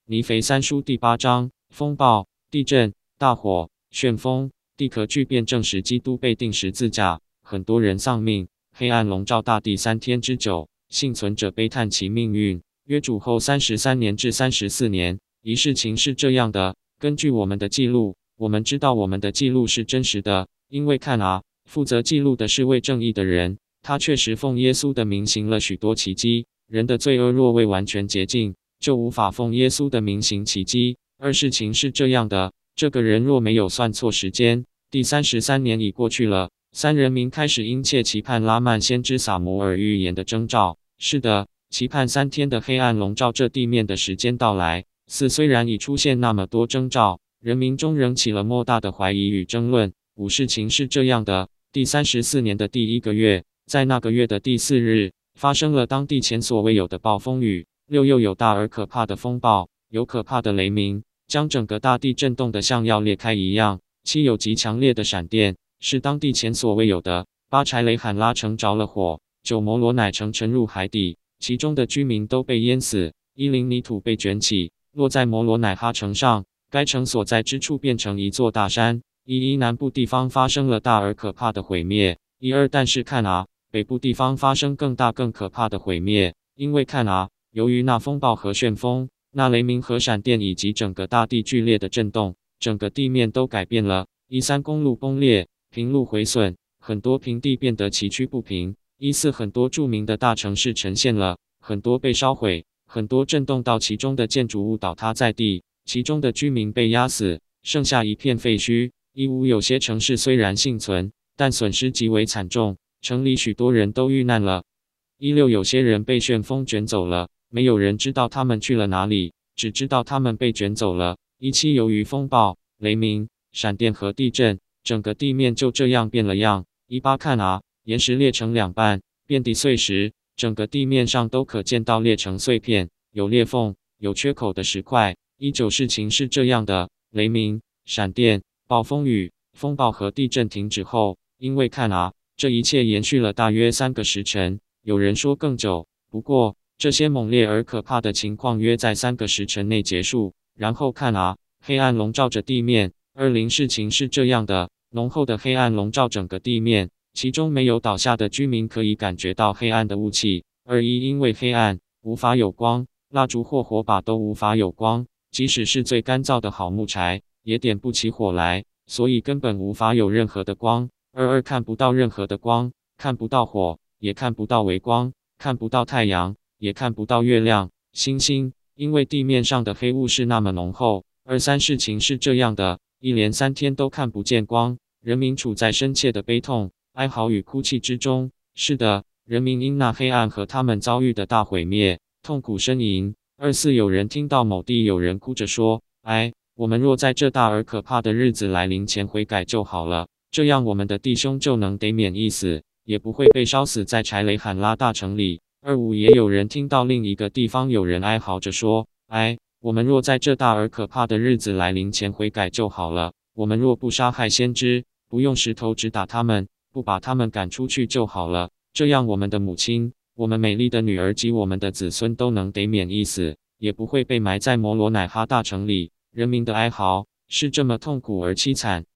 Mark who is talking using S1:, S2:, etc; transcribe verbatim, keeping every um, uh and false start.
S1: 尼腓三书第八章，风暴、地震、大火、旋风、地壳巨变证实基督被钉十字架，很多人丧命，黑暗笼罩大地三天之久，幸存者悲叹其命运。约主后三十三年至三十四年，一事情是这样的，根据我们的记录，我们知道我们的记录是真实的，因为看啊，负责记录的是位正义的人，他确实奉耶稣的名行了许多奇迹。人的罪恶若未完全洁净，就无法奉耶稣的名行奇迹。二事情是这样的，这个人若没有算错时间，第三十三年已过去了。三人民开始殷切期盼拉曼先知撒摩尔预言的征兆。是的，期盼三天的黑暗笼罩这地面的时间到来。四虽然已出现那么多征兆，人民中仍起了莫大的怀疑与争论。五事情是这样的，第三十四年的第一个月，在那个月的第四日，发生了当地前所未有的暴风雨。六又有大而可怕的风暴，有可怕的雷鸣，将整个大地震动得像要裂开一样。七有极强烈的闪电，是当地前所未有的。八柴雷罕拉城着了火。九摩罗乃城沉入海底，其中的居民都被淹死。一林泥土被卷起，落在摩罗乃哈城上，该城所在之处变成一座大山。一一南部地方发生了大而可怕的毁灭。一二但是看啊，北部地方发生更大更可怕的毁灭，因为看啊，由于那风暴和旋风，那雷鸣和闪电以及整个大地剧烈的震动，整个地面都改变了。一三公路崩裂，平路毁损，很多平地变得崎岖不平。一四很多著名的大城市呈现了，很多被烧毁，很多震动到其中的建筑物倒塌在地，其中的居民被压死，剩下一片废墟。一五有些城市虽然幸存，但损失极为惨重，城里许多人都遇难了。一六有些人被旋风卷走了，没有人知道他们去了哪里，只知道他们被卷走了。一七由于风暴、雷鸣、闪电和地震，整个地面就这样变了样。一八看啊，岩石裂成两半，遍地碎石，整个地面上都可见到裂成碎片，有裂缝、有缺口的石块。一九事情是这样的，雷鸣、闪电、暴风雨、风暴和地震停止后，因为看啊，这一切延续了大约三个时辰，有人说更久，不过这些猛烈而可怕的情况约在三个时辰内结束。然后看啊，黑暗笼罩着地面。二零事情是这样的，浓厚的黑暗笼罩整个地面，其中没有倒下的居民可以感觉到黑暗的雾气。二一因为黑暗，无法有光，蜡烛或火把都无法有光，即使是最干燥的好木柴，也点不起火来，所以根本无法有任何的光。二二看不到任何的光，看不到火，也看不到微光，看不到太阳，也看不到月亮、星星，因为地面上的黑雾是那么浓厚。二三事情是这样的，一连三天都看不见光，人民处在深切的悲痛、哀嚎与哭泣之中。是的，人民因那黑暗和他们遭遇的大毁灭，痛苦呻吟。二四有人听到某地有人哭着说：哎，我们若在这大而可怕的日子来临前悔改就好了，这样我们的弟兄就能得免一死，也不会被烧死在柴雷罕拉大城里。二五也有人听到另一个地方有人哀嚎着说：哎，我们若在这大而可怕的日子来临前悔改就好了，我们若不杀害先知，不用石头直打他们，不把他们赶出去就好了，这样我们的母亲、我们美丽的女儿及我们的子孙都能得免一死，也不会被埋在摩罗乃哈大城里。人民的哀嚎是这么痛苦而凄惨，